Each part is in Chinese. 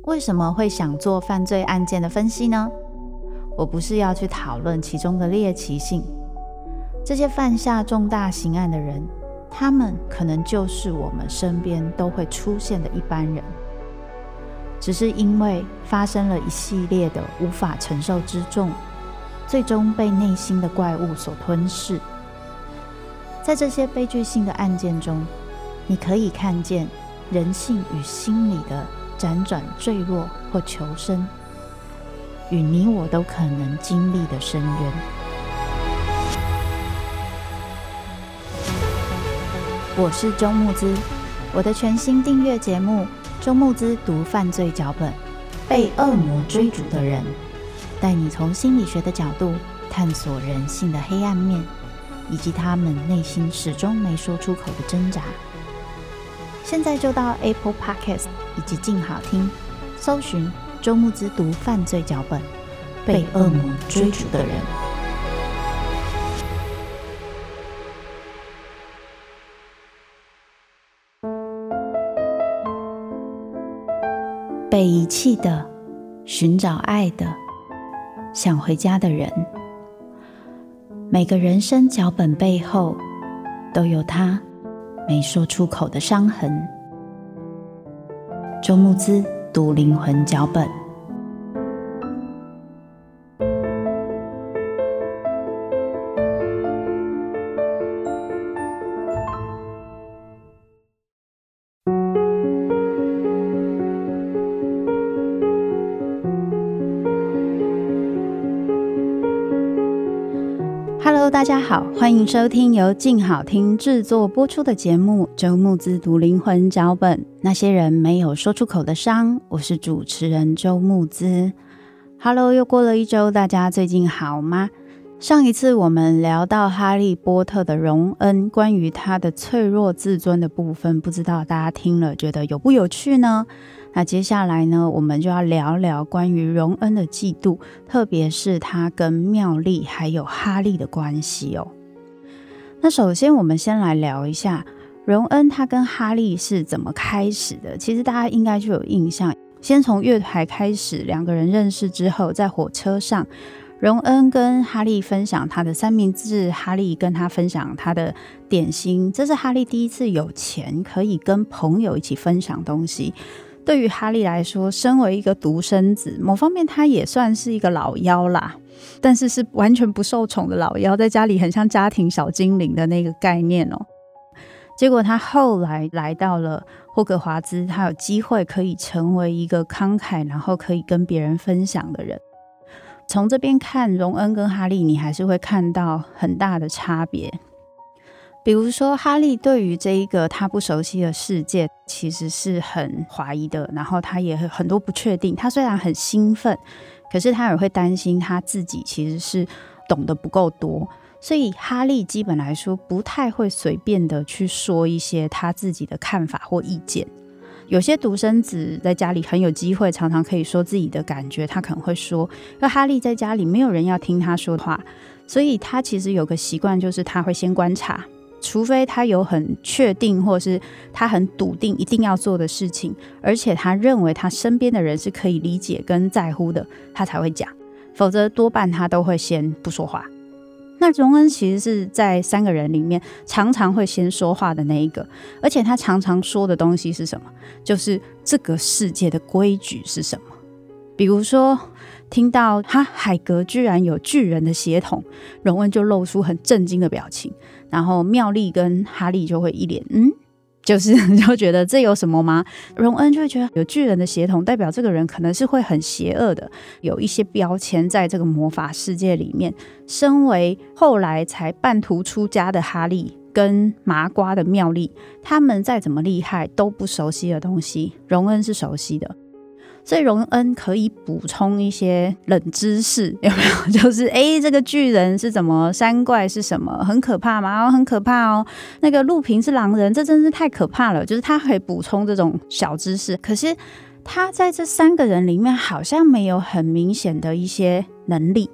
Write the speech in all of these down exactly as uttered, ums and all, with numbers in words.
为什么会想做犯罪案件的分析呢？我不是要去讨论其中的猎奇性，这些犯下重大刑案的人，他们可能就是我们身边都会出现的一般人，只是因为发生了一系列的无法承受之重，最终被内心的怪物所吞噬。在这些悲剧性的案件中，你可以看见人性与心理的辗转坠落或求生，与你我都可能经历的深渊。我是周慕姿，我的全新订阅节目周慕姿读犯罪脚本，被恶魔追逐的人，带你从心理学的角度探索人性的黑暗面，以及他们内心始终没说出口的挣扎。现在就到 Apple Podcast 以及静好听搜寻周慕姿读犯罪脚本，被恶魔追逐的人。被遗弃的，寻找爱的，想回家的人。每个人生脚本背后都有他没说出口的伤痕。周慕姿读灵魂脚本。Hello， 大家好，欢迎收听由静好听制作播出的节目《周慕姿读灵魂脚本》，那些人没有说出口的伤。我是主持人周慕姿。Hello， 又过了一周，大家最近好吗？上一次我们聊到哈利波特的荣恩，关于他的脆弱自尊的部分，不知道大家听了觉得有不有趣呢？那接下来呢，我们就要聊聊关于荣恩的嫉妒，特别是他跟妙丽还有哈利的关系哦。那首先我们先来聊一下荣恩他跟哈利是怎么开始的。其实大家应该就有印象，先从月台开始，两个人认识之后，在火车上，荣恩跟哈利分享他的三明治，哈利跟他分享他的点心，这是哈利第一次有钱可以跟朋友一起分享东西。对于哈利来说，身为一个独生子，某方面他也算是一个老幺啦，但是是完全不受宠的老幺，在家里很像家庭小精灵的那个概念哦。结果他后来来到了霍格华兹，他有机会可以成为一个慷慨然后可以跟别人分享的人。从这边看荣恩跟哈利，你还是会看到很大的差别。比如说哈利对于这一个他不熟悉的世界其实是很怀疑的，然后他也很多不确定，他虽然很兴奋，可是他也会担心他自己其实是懂得不够多，所以哈利基本来说不太会随便的去说一些他自己的看法或意见。有些独生子在家里很有机会，常常可以说自己的感觉，他可能会说，而哈利在家里没有人要听他说话，所以他其实有个习惯，就是他会先观察，除非他有很确定或是他很笃定一定要做的事情，而且他认为他身边的人是可以理解跟在乎的，他才会讲，否则多半他都会先不说话。那荣恩其实是在三个人里面常常会先说话的那一个，而且他常常说的东西是什么？就是这个世界的规矩是什么。比如说听到哈海格居然有巨人的血统，荣恩就露出很震惊的表情，然后妙丽跟哈利就会一脸嗯，就是就觉得这有什么吗？荣恩就会觉得有巨人的血统代表这个人可能是会很邪恶的，有一些标签在这个魔法世界里面。身为后来才半途出家的哈利跟麻瓜的妙丽，他们再怎么厉害都不熟悉的东西，荣恩是熟悉的，所以荣恩可以补充一些冷知识，有没有？就是哎，这个巨人是怎么，山怪是什么，很可怕吗？很可怕哦。那个陆平是狼人，这真是太可怕了。就是他可以补充这种小知识，可是他在这三个人里面好像没有很明显的一些能力，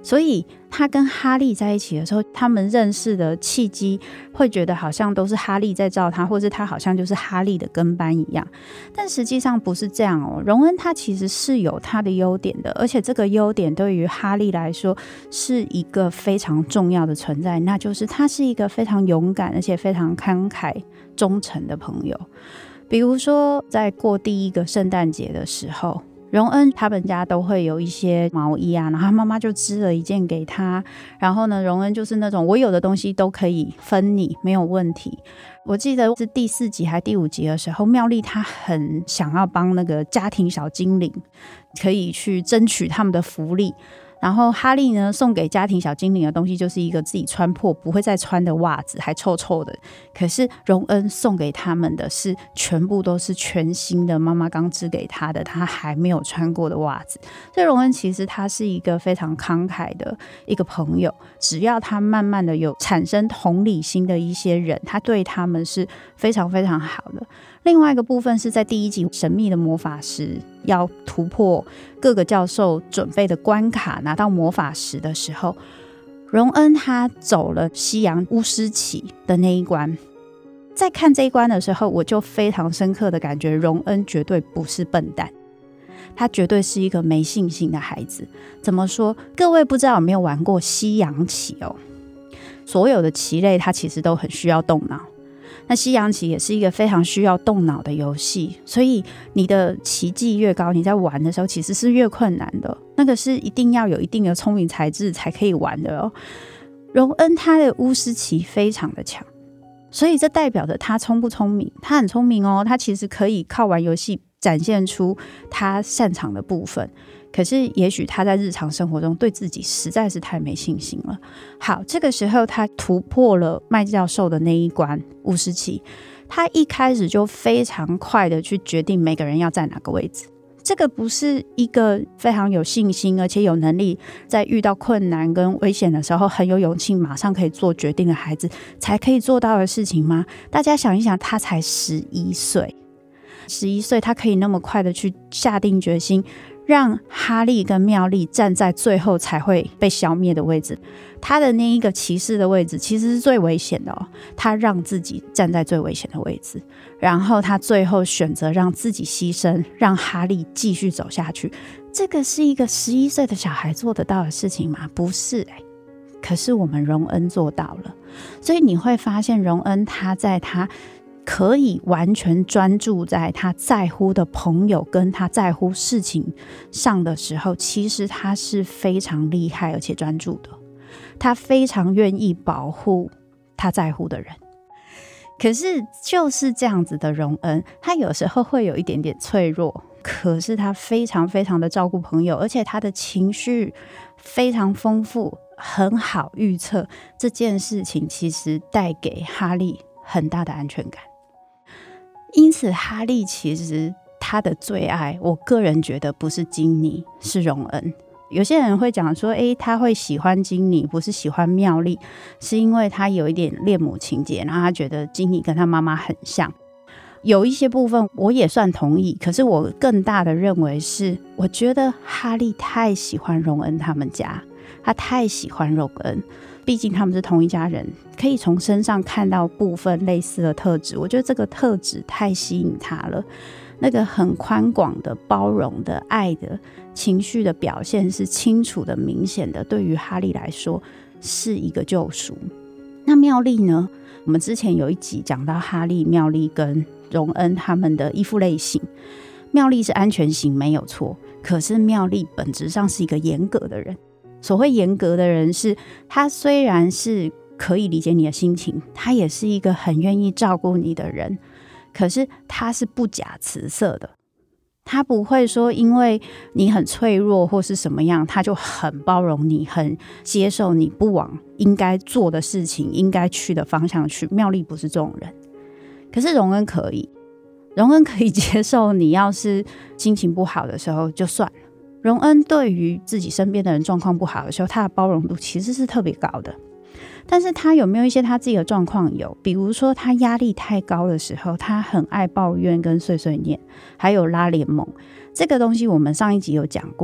所以他跟哈利在一起的时候，他们认识的契机会觉得好像都是哈利在照他，或是他好像就是哈利的跟班一样，但实际上不是这样哦。荣恩他其实是有他的优点的，而且这个优点对于哈利来说是一个非常重要的存在，那就是他是一个非常勇敢而且非常慷慨忠诚的朋友。比如说在过第一个圣诞节的时候，荣恩他们家都会有一些毛衣啊，然后他妈妈就织了一件给他，然后呢，荣恩就是那种我有的东西都可以分你，没有问题。我记得是第四集还第五集的时候，妙丽她很想要帮那个家庭小精灵可以去争取他们的福利，然后哈利呢送给家庭小精灵的东西就是一个自己穿破不会再穿的袜子，还臭臭的。可是荣恩送给他们的是全部都是全新的，妈妈刚织给他的，他还没有穿过的袜子。所以荣恩其实他是一个非常慷慨的一个朋友，只要他慢慢的有产生同理心的一些人，他对他们是非常非常好的。另外一个部分是在第一集神秘的魔法石要突破各个教授准备的关卡，拿到魔法石的时候，荣恩他走了西洋巫师旗的那一关。在看这一关的时候，我就非常深刻的感觉荣恩绝对不是笨蛋，他绝对是一个没信心的孩子。怎么说？各位不知道有没有玩过西洋棋哦？所有的棋类它其实都很需要动脑，那西洋棋也是一个非常需要动脑的游戏，所以你的棋技越高，你在玩的时候其实是越困难的，那个是一定要有一定的聪明才智才可以玩的哦。荣恩他的巫师棋非常的强，所以这代表着他聪不聪明？他很聪明哦，他其实可以靠玩游戏展现出他擅长的部分，可是也许他在日常生活中对自己实在是太没信心了。好，这个时候他突破了麦教授的那一关巫师棋，他一开始就非常快的去决定每个人要在哪个位置。这个不是一个非常有信心而且有能力在遇到困难跟危险的时候很有勇气马上可以做决定的孩子才可以做到的事情吗？大家想一想，他才十一岁，十一岁他可以那么快的去下定决心让哈利跟妙丽站在最后才会被消灭的位置。他的那一个骑士的位置其实是最危险的哦，他让自己站在最危险的位置，然后他最后选择让自己牺牲，让哈利继续走下去。这个是一个十一岁的小孩做得到的事情吗？不是欸，可是我们荣恩做到了。所以你会发现荣恩他在他可以完全专注在他在乎的朋友跟他在乎事情上的时候，其实他是非常厉害而且专注的，他非常愿意保护他在乎的人。可是就是这样子的荣恩，他有时候会有一点点脆弱，可是他非常非常的照顾朋友，而且他的情绪非常丰富，很好预测。这件事情其实带给哈利很大的安全感。因此哈利其实他的最爱，我个人觉得不是金妮，是荣恩。有些人会讲说，诶，他会喜欢金妮不是喜欢妙丽，是因为他有一点恋母情节，然后他觉得金妮跟他妈妈很像。有一些部分我也算同意，可是我更大的认为是，我觉得哈利太喜欢荣恩他们家，他太喜欢荣恩，毕竟他们是同一家人，可以从身上看到部分类似的特质。我觉得这个特质太吸引他了，那个很宽广的包容的爱的情绪的表现是清楚的明显的，对于哈利来说是一个救赎。那妙丽呢？我们之前有一集讲到哈利、妙丽跟荣恩他们的依附类型，妙丽是安全型没有错，可是妙丽本质上是一个严格的人。所谓严格的人是，他虽然是可以理解你的心情，他也是一个很愿意照顾你的人，可是他是不假辞色的，他不会说因为你很脆弱或是什么样，他就很包容你，很接受你不往应该做的事情应该去的方向去。妙丽不是这种人，可是荣恩可以，荣恩可以接受你要是心情不好的时候就算了。荣恩对于自己身边的人状况不好的时候，他的包容度其实是特别高的。但是他有没有一些他自己的状况？有，比如说他压力太高的时候，他很爱抱怨跟碎碎念，还有拉联盟。这个东西我们上一集有讲过，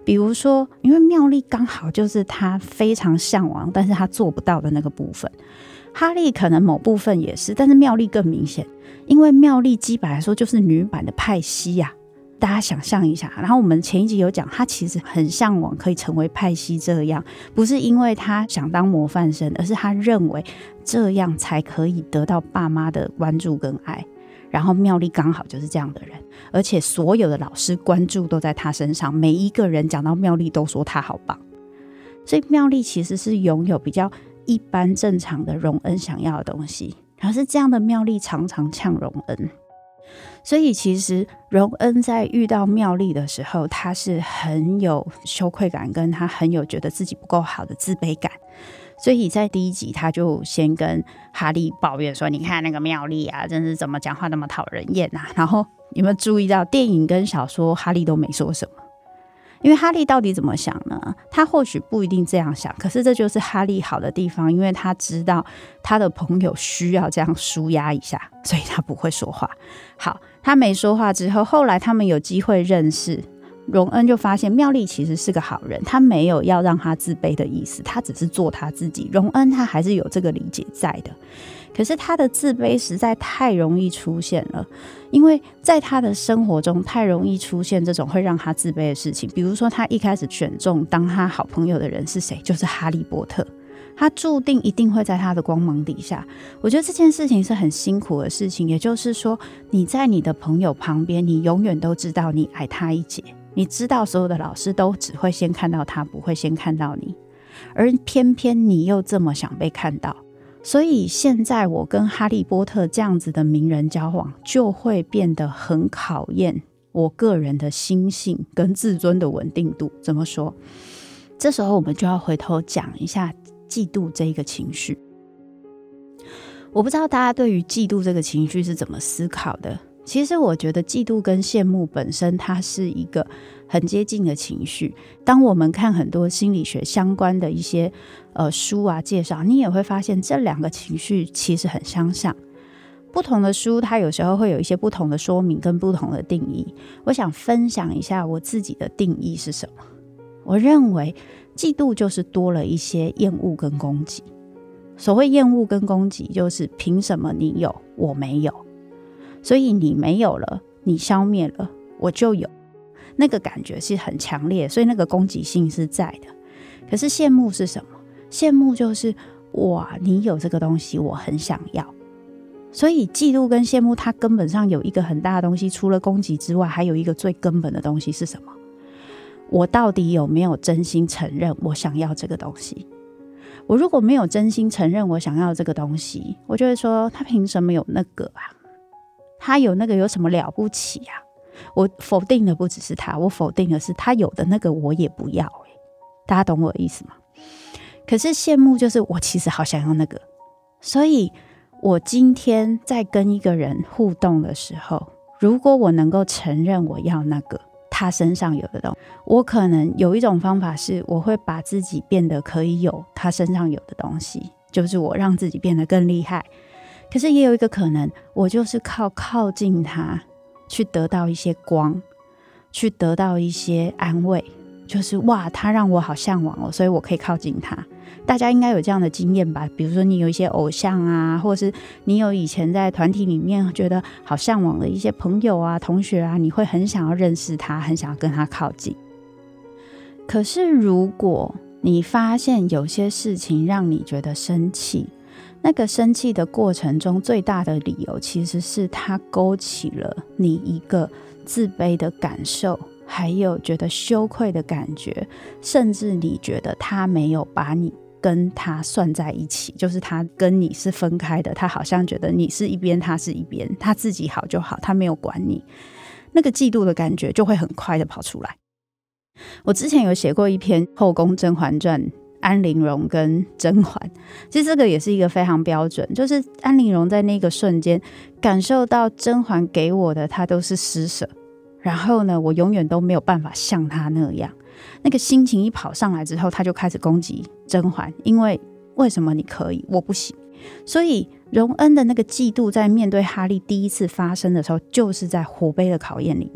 比如说，因为妙丽刚好就是他非常向往，但是他做不到的那个部分。哈利可能某部分也是，但是妙丽更明显，因为妙丽基本来说就是女版的派西呀、啊。大家想象一下，然后我们前一集有讲，他其实很向往可以成为派西这样，不是因为他想当模范生，而是他认为这样才可以得到爸妈的关注跟爱。然后妙丽刚好就是这样的人，而且所有的老师关注都在他身上，每一个人讲到妙丽都说他好棒。所以妙丽其实是拥有比较一般正常的荣恩想要的东西，可是这样的妙丽常常呛荣恩。所以其实荣恩在遇到妙丽的时候，他是很有羞愧感，跟他很有觉得自己不够好的自卑感。所以在第一集他就先跟哈利抱怨说，你看那个妙丽啊，真是怎么讲话那么讨人厌啊。然后有没有注意到电影跟小说哈利都没说什么，因为哈利到底怎么想呢？他或许不一定这样想，可是这就是哈利好的地方，因为他知道他的朋友需要这样抒压一下，所以他不会说话。好，他没说话之后，后来他们有机会认识，荣恩就发现妙丽其实是个好人，他没有要让他自卑的意思，他只是做他自己。荣恩他还是有这个理解在的，可是他的自卑实在太容易出现了，因为在他的生活中太容易出现这种会让他自卑的事情。比如说他一开始选中当他好朋友的人是谁，就是哈利波特，他注定一定会在他的光芒底下。我觉得这件事情是很辛苦的事情，也就是说你在你的朋友旁边，你永远都知道你矮他一截，你知道所有的老师都只会先看到他，不会先看到你，而偏偏你又这么想被看到。所以现在我跟哈利波特这样子的名人交往，就会变得很考验我个人的心性跟自尊的稳定度。怎么说？这时候我们就要回头讲一下嫉妒这个情绪。我不知道大家对于嫉妒这个情绪是怎么思考的。其实我觉得嫉妒跟羡慕本身它是一个很接近的情绪。当我们看很多心理学相关的一些呃书啊介绍，你也会发现这两个情绪其实很相像。不同的书它有时候会有一些不同的说明跟不同的定义。我想分享一下我自己的定义是什么。我认为嫉妒就是多了一些厌恶跟攻击。所谓厌恶跟攻击，就是凭什么你有我没有，所以你没有了，你消灭了，我就有，那个感觉是很强烈，所以那个攻击性是在的。可是羡慕是什么？羡慕就是哇，你有这个东西，我很想要。所以嫉妒跟羡慕它根本上有一个很大的东西，除了攻击之外，还有一个最根本的东西是什么？我到底有没有真心承认我想要这个东西？我如果没有真心承认我想要这个东西，我就会说他凭什么有那个啊？他有那个有什么了不起啊？我否定的不只是他，我否定的是他有的那个我也不要、欸、大家懂我的意思吗？可是羡慕就是我其实好想要那个，所以我今天在跟一个人互动的时候，如果我能够承认我要那个他身上有的东西，我可能有一种方法是我会把自己变得可以有他身上有的东西，就是我让自己变得更厉害。可是也有一个可能，我就是靠靠近他去得到一些光，去得到一些安慰，就是哇他让我好向往哦，所以我可以靠近他。大家应该有这样的经验吧，比如说你有一些偶像啊，或是你有以前在团体里面觉得好向往的一些朋友啊同学啊，你会很想要认识他，很想要跟他靠近。可是如果你发现有些事情让你觉得生气，那个生气的过程中最大的理由其实是它勾起了你一个自卑的感受，还有觉得羞愧的感觉，甚至你觉得他没有把你跟他算在一起，就是他跟你是分开的，他好像觉得你是一边他是一边，他自己好就好，他没有管你，那个嫉妒的感觉就会很快的跑出来。我之前有写过一篇《后宫甄嬛传》，安陵容跟甄嬛，其实这个也是一个非常标准，就是安陵容在那个瞬间感受到甄嬛给我的她都是施舍，然后呢我永远都没有办法像她那样，那个心情一跑上来之后，她就开始攻击甄嬛，因为为什么你可以我不行。所以荣恩的那个嫉妒在面对哈利第一次发生的时候，就是在火杯的考验里面。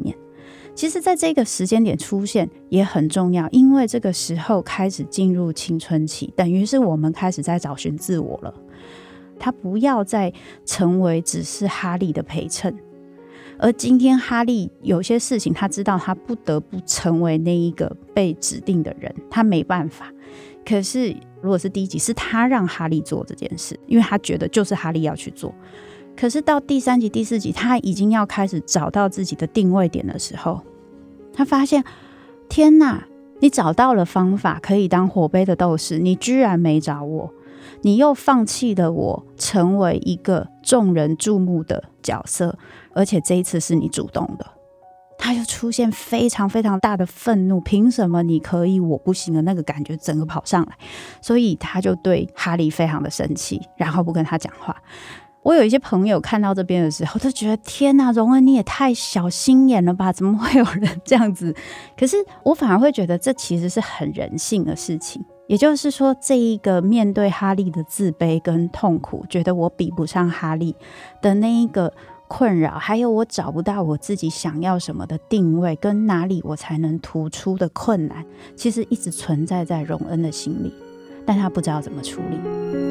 其实在这个时间点出现也很重要，因为这个时候开始进入青春期，等于是我们开始在找寻自我了。他不要再成为只是哈利的陪衬，而今天哈利有些事情他知道他不得不成为那一个被指定的人，他没办法。可是如果是第一集是他让哈利做这件事，因为他觉得就是哈利要去做。可是到第三集第四集他已经要开始找到自己的定位点的时候，他发现天哪，你找到了方法可以当火杯的斗士，你居然没找我，你又放弃了我成为一个众人注目的角色，而且这一次是你主动的。他就出现非常非常大的愤怒，凭什么你可以我不行的那个感觉整个跑上来，所以他就对哈利非常的生气，然后不跟他讲话。我有一些朋友看到这边的时候都觉得天哪，荣恩你也太小心眼了吧，怎么会有人这样子？可是我反而会觉得这其实是很人性的事情，也就是说这一个面对哈利的自卑跟痛苦，觉得我比不上哈利的那一个困扰，还有我找不到我自己想要什么的定位，跟哪里我才能突出的困难，其实一直存在在荣恩的心里，但他不知道怎么处理。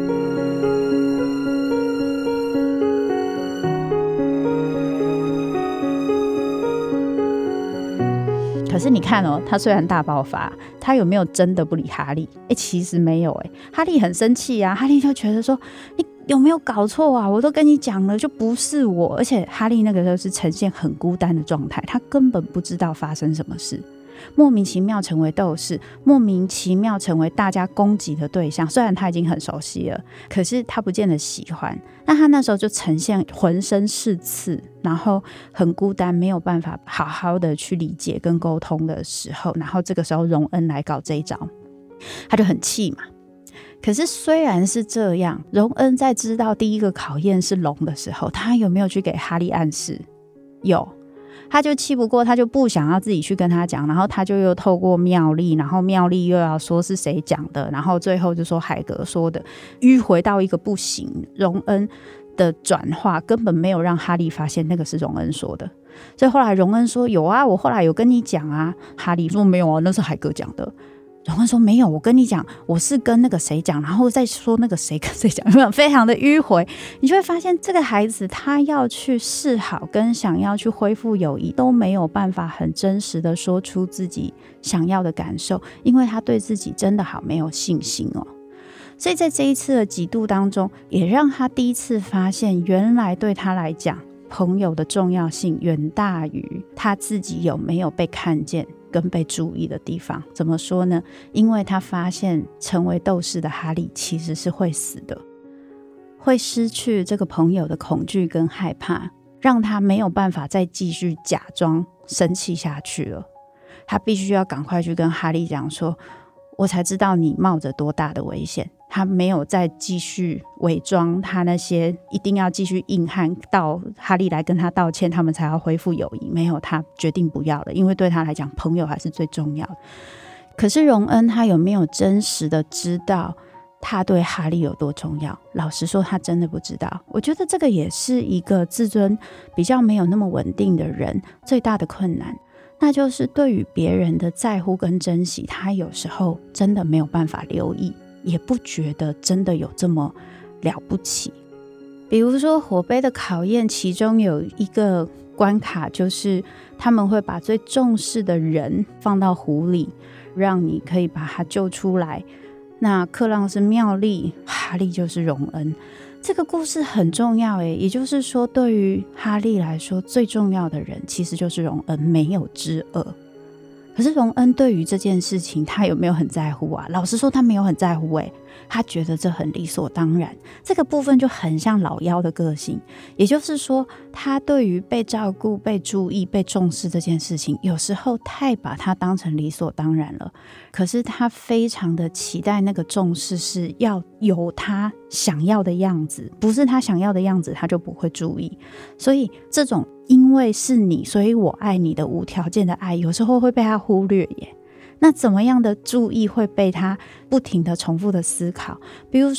可是你看哦，他虽然大爆发，他有没有真的不理哈利？哎，其实没有哎，哈利很生气啊，哈利就觉得说你有没有搞错啊？我都跟你讲了，就不是我。而且哈利那个时候是呈现很孤单的状态，他根本不知道发生什么事，莫名其妙成为斗士，莫名其妙成为大家攻击的对象。虽然他已经很熟悉了，可是他不见得喜欢。那他那时候就呈现浑身是刺，然后很孤单，没有办法好好的去理解跟沟通的时候，然后这个时候荣恩来搞这一招，他就很气嘛。可是虽然是这样，荣恩在知道第一个考验是龙的时候，他有没有去给哈利暗示？有。他就气不过，他就不想要自己去跟他讲，然后他就又透过妙丽，然后妙丽又要说是谁讲的，然后最后就说海格说的，迂回到一个不行。荣恩的转化根本没有让哈利发现那个是荣恩说的，所以后来荣恩说有啊，我后来有跟你讲啊。哈利说没有啊，那是海格讲的。荣恩说没有，我跟你讲，我是跟那个谁讲，然后再说那个谁跟谁讲，有没有非常的迂回？你就会发现这个孩子他要去示好跟想要去恢复友谊都没有办法很真实的说出自己想要的感受，因为他对自己真的好没有信心哦。所以在这一次的嫉妒当中，也让他第一次发现原来对他来讲朋友的重要性远大于他自己有没有被看见跟被注意的地方。怎么说呢？因为他发现成为斗士的哈利其实是会死的，会失去这个朋友的恐惧跟害怕，让他没有办法再继续假装生气下去了。他必须要赶快去跟哈利讲说，我才知道你冒着多大的危险。他没有再继续伪装他那些一定要继续硬汉到哈利来跟他道歉他们才要恢复友谊，没有，他决定不要了，因为对他来讲朋友还是最重要的。可是荣恩他有没有真实的知道他对哈利有多重要？老实说他真的不知道。我觉得这个也是一个自尊比较没有那么稳定的人最大的困难，那就是对于别人的在乎跟珍惜，他有时候真的没有办法留意，也不觉得真的有这么了不起。比如说火杯的考验，其中有一个关卡就是他们会把最重视的人放到湖里，让你可以把他救出来。那克朗是妙丽，哈利就是荣恩。这个故事很重要耶，也就是说对于哈利来说最重要的人其实就是荣恩，没有之二。可是荣恩对于这件事情他有没有很在乎啊？老实说他没有很在乎耶，他觉得这很理所当然。这个部分就很像老幺的个性，也就是说他对于被照顾被注意被重视这件事情有时候太把他当成理所当然了，可是他非常的期待那个重视是要有他想要的样子，不是他想要的样子他就不会注意。所以这种因为是你所以我爱你的无条件的爱有时候会被他忽略耶。那怎么样的注意会被他不停的重复的思考？比如说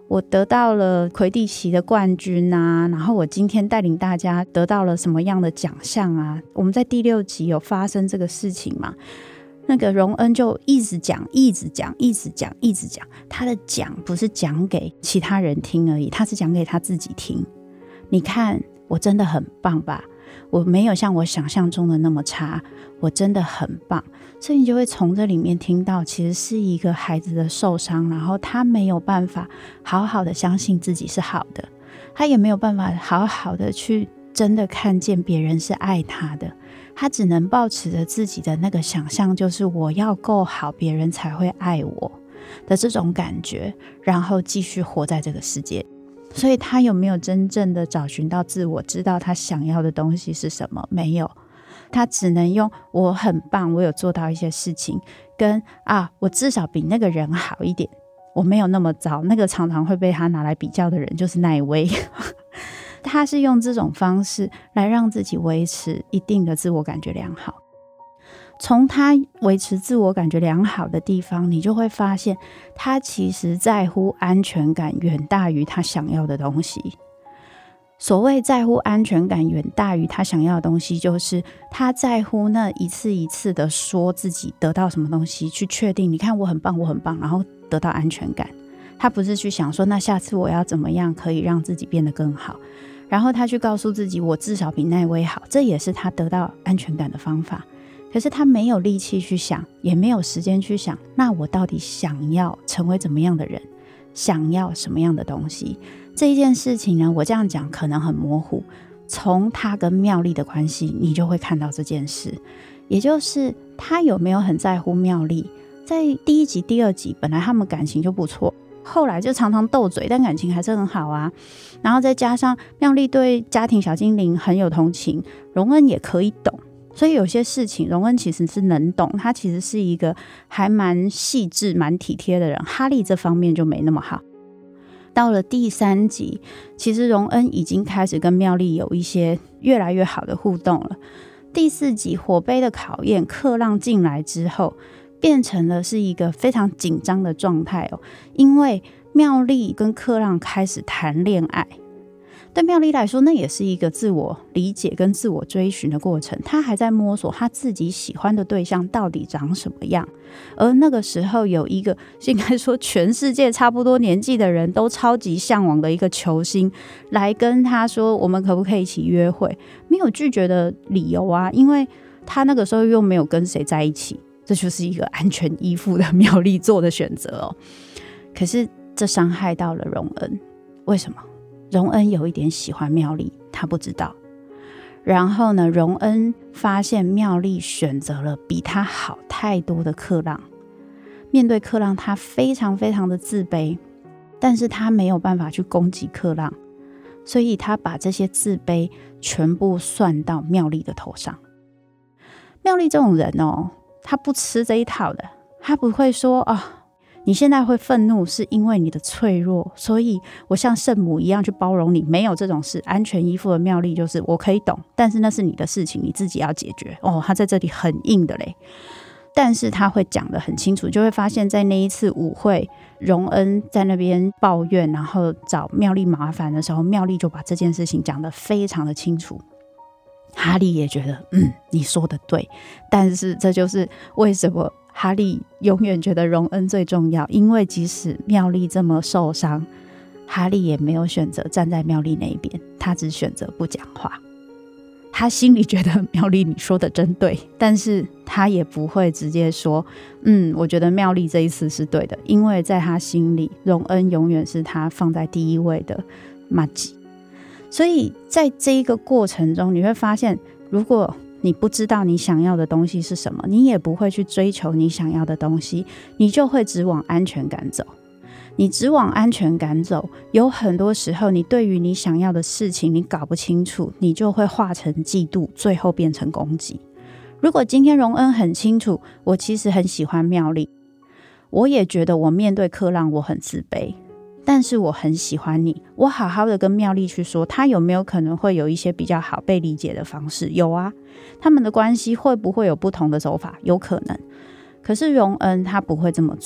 我得到了魁地奇的冠军啊，然后我今天带领大家得到了什么样的奖项啊。我们在第六集有发生这个事情嘛，那个荣恩就一直讲一直讲一直讲一直讲，他的讲不是讲给其他人听而已，他是讲给他自己听。你看我真的很棒吧，我没有像我想象中的那么差，我真的很棒。所以你就会从这里面听到，其实是一个孩子的受伤，然后他没有办法好好的相信自己是好的，他也没有办法好好的去真的看见别人是爱他的，他只能抱持着自己的那个想象，就是我要够好，别人才会爱我的这种感觉，然后继续活在这个世界。所以他有没有真正的找寻到自我，知道他想要的东西是什么？没有，他只能用我很棒，我有做到一些事情，跟啊我至少比那个人好一点，我没有那么糟，那个常常会被他拿来比较的人就是那一位他是用这种方式来让自己维持一定的自我感觉良好。从他维持自我感觉良好的地方，你就会发现他其实在乎安全感远大于他想要的东西。所谓在乎安全感远大于他想要的东西，就是他在乎那一次一次的说自己得到什么东西，去确定你看我很棒我很棒，然后得到安全感。他不是去想说那下次我要怎么样可以让自己变得更好，然后他去告诉自己我至少比那位好，这也是他得到安全感的方法。可是他没有力气去想，也没有时间去想，那我到底想要成为怎么样的人，想要什么样的东西。这一件事情呢，我这样讲可能很模糊，从他跟妙丽的关系你就会看到这件事，也就是他有没有很在乎妙丽。在第一集第二集本来他们感情就不错，后来就常常斗嘴，但感情还是很好啊。然后再加上妙丽对家庭小精灵很有同情，荣恩也可以懂，所以有些事情荣恩其实是能懂，他其实是一个还蛮细致蛮体贴的人。哈利这方面就没那么好。到了第三集，其实荣恩已经开始跟妙丽有一些越来越好的互动了。第四集火杯的考验，克浪进来之后变成了是一个非常紧张的状态哦，因为妙丽跟克浪开始谈恋爱。对妙丽来说，那也是一个自我理解跟自我追寻的过程，她还在摸索她自己喜欢的对象到底长什么样。而那个时候有一个应该说全世界差不多年纪的人都超级向往的一个球星来跟她说我们可不可以一起约会，没有拒绝的理由啊，因为她那个时候又没有跟谁在一起，这就是一个安全依附的妙丽做的选择哦。可是这伤害到了荣恩，为什么？荣恩有一点喜欢妙丽，他不知道。然后呢，荣恩发现妙丽选择了比他好太多的克浪，面对克浪他非常非常的自卑，但是他没有办法去攻击克浪，所以他把这些自卑全部算到妙丽的头上。妙丽这种人哦，他不吃这一套的，他不会说哦，你现在会愤怒是因为你的脆弱，所以我像圣母一样去包容你，没有这种事。安全依附的妙丽就是我可以懂，但是那是你的事情，你自己要解决。哦，他在这里很硬的嘞，但是他会讲得很清楚，就会发现在那一次舞会，荣恩在那边抱怨然后找妙丽麻烦的时候，妙丽就把这件事情讲得非常的清楚。哈利也觉得嗯，你说的对，但是这就是为什么哈利永远觉得荣恩最重要，因为即使妙丽这么受伤，哈利也没有选择站在妙丽那一边，他只选择不讲话。他心里觉得妙丽你说的真对，但是他也不会直接说嗯，我觉得妙丽这一次是对的，因为在他心里荣恩永远是他放在第一位的麻吉。所以在这一个过程中，你会发现如果你不知道你想要的东西是什么，你也不会去追求你想要的东西，你就会只往安全感走。你只往安全感走，有很多时候你对于你想要的事情你搞不清楚，你就会化成嫉妒，最后变成攻击。如果今天荣恩很清楚，我其实很喜欢妙丽，我也觉得我面对克浪我很自卑，但是我很喜欢你，我好好的跟妙丽去说，他有没有可能会有一些比较好被理解的方式？有啊，他们的关系会不会有不同的走法？有可能。可是荣恩他不会这么做，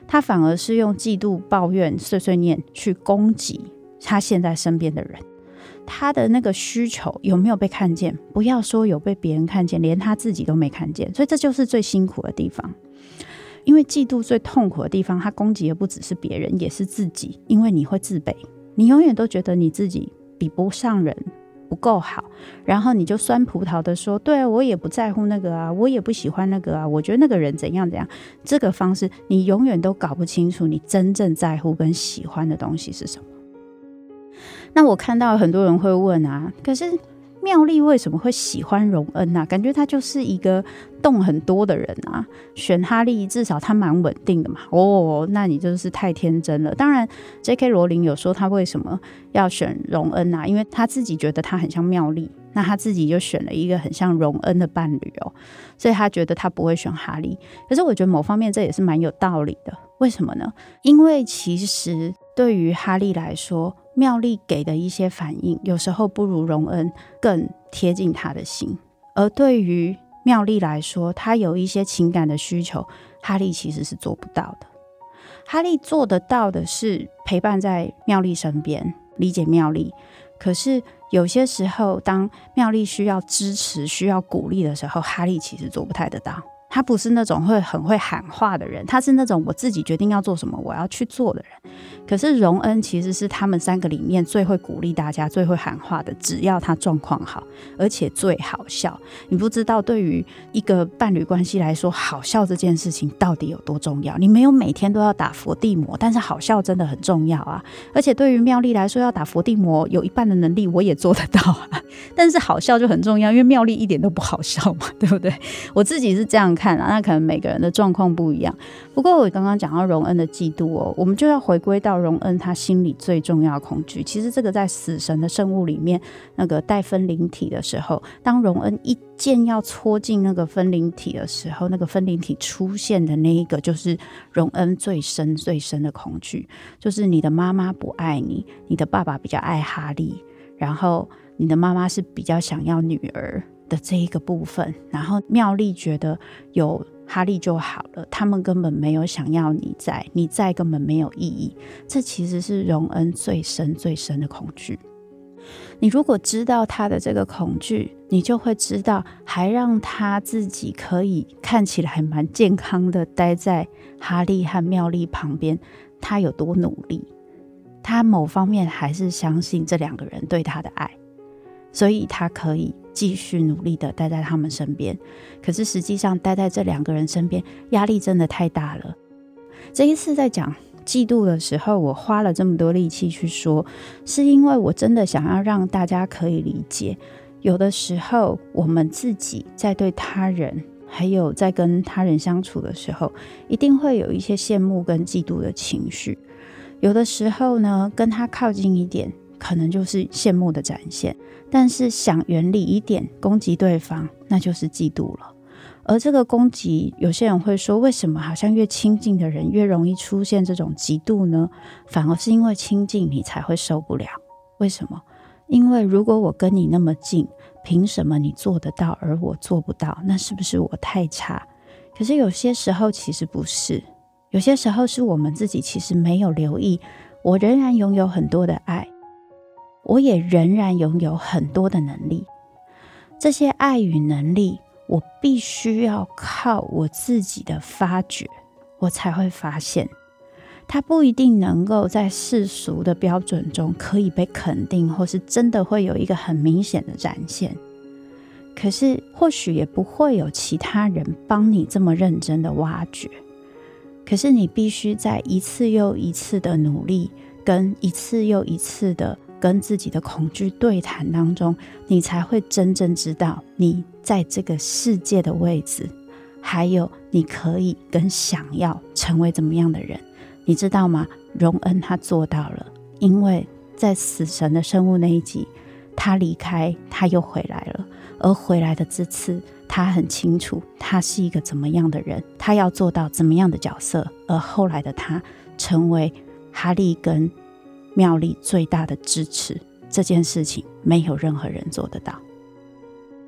他反而是用嫉妒、抱怨、碎碎念去攻击他现在身边的人。他的那个需求有没有被看见？不要说有被别人看见，连他自己都没看见。所以这就是最辛苦的地方。因为嫉妒最痛苦的地方，他攻击的不只是别人，也是自己。因为你会自卑，你永远都觉得你自己比不上人，不够好，然后你就酸葡萄的说，对啊，我也不在乎那个啊，我也不喜欢那个啊，我觉得那个人怎样怎样。这个方式你永远都搞不清楚你真正在乎跟喜欢的东西是什么。那我看到很多人会问啊，可是妙丽为什么会喜欢荣恩啊？感觉他就是一个动很多的人啊，选哈利至少他蛮稳定的嘛。哦，那你就是太天真了。当然 J K 罗琳有说他为什么要选荣恩啊，因为他自己觉得他很像妙丽，那他自己就选了一个很像荣恩的伴侣哦，所以他觉得他不会选哈利。可是我觉得某方面这也是蛮有道理的。为什么呢？因为其实对于哈利来说，妙丽给的一些反应有时候不如荣恩更贴近他的心，而对于妙丽来说，他有一些情感的需求，哈利其实是做不到的。哈利做得到的是陪伴在妙丽身边，理解妙丽。可是有些时候当妙丽需要支持需要鼓励的时候，哈利其实做不太得到。他不是那种会很会喊话的人，他是那种我自己决定要做什么我要去做的人。可是荣恩其实是他们三个里面最会鼓励大家最会喊话的，只要他状况好，而且最好笑。你不知道对于一个伴侣关系来说，好笑这件事情到底有多重要。你没有每天都要打伏地魔，但是好笑真的很重要啊。而且对于妙丽来说，要打伏地魔有一半的能力我也做得到啊，但是好笑就很重要，因为妙丽一点都不好笑嘛，对不对？我自己是这样看啦，那可能每个人的状况不一样。不过我刚刚讲到荣恩的嫉妒哦，我们就要回归到荣恩他心里最重要的恐惧。其实这个在死神的圣物里面，那个带分灵体的时候，当荣恩一剑要戳进那个分灵体的时候，那个分灵体出现的那一个就是荣恩最深最深的恐惧，就是你的妈妈不爱你，你的爸爸比较爱哈利，然后你的妈妈是比较想要女儿的这一个部分，然后妙丽觉得有哈利就好了，他们根本没有想要你在，你在根本没有意义。这其实是荣恩最深最深的恐惧。你如果知道他的这个恐惧，你就会知道还让他自己可以看起来蛮健康的待在哈利和妙丽旁边，他有多努力。他某方面还是相信这两个人对他的爱，所以他可以继续努力的待在他们身边。可是实际上待在这两个人身边压力真的太大了。这一次在讲嫉妒的时候，我花了这么多力气去说，是因为我真的想要让大家可以理解，有的时候我们自己在对他人还有在跟他人相处的时候，一定会有一些羡慕跟嫉妒的情绪。有的时候呢，跟他靠近一点可能就是羡慕的展现，但是想远离一点攻击对方，那就是嫉妒了。而这个攻击，有些人会说，为什么好像越亲近的人越容易出现这种嫉妒呢？反而是因为亲近你才会受不了。为什么？因为如果我跟你那么近，凭什么你做得到而我做不到？那是不是我太差？可是有些时候其实不是，有些时候是我们自己其实没有留意，我仍然拥有很多的爱，我也仍然拥有很多的能力。这些爱与能力，我必须要靠我自己的发掘，我才会发现。它不一定能够在世俗的标准中可以被肯定，或是真的会有一个很明显的展现。可是或许也不会有其他人帮你这么认真的挖掘。可是你必须在一次又一次的努力，跟一次又一次的跟自己的恐惧对谈当中，你才会真正知道你在这个世界的位置，还有你可以跟想要成为怎么样的人。你知道吗？荣恩他做到了，因为在死神的生物那一集，他离开他又回来了，而回来的这次他很清楚他是一个怎么样的人，他要做到怎么样的角色，而后来的他成为哈利跟妙丽最大的支持，这件事情没有任何人做得到。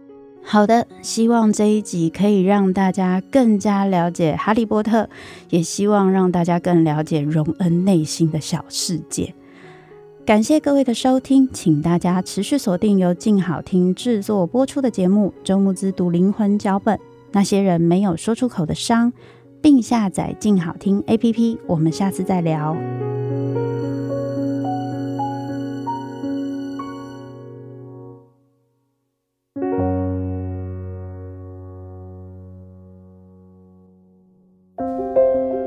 好的，希望这一集可以让大家更加了解哈利波特，也希望让大家更了解荣恩内心的小世界。感谢各位的收听，请大家持续锁定由静好听制作播出的节目《周慕姿读灵魂脚本》，那些人没有说出口的伤，并下载静好听 A P P。我们下次再聊。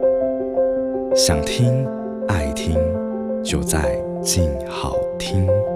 想听爱听，就在静好听。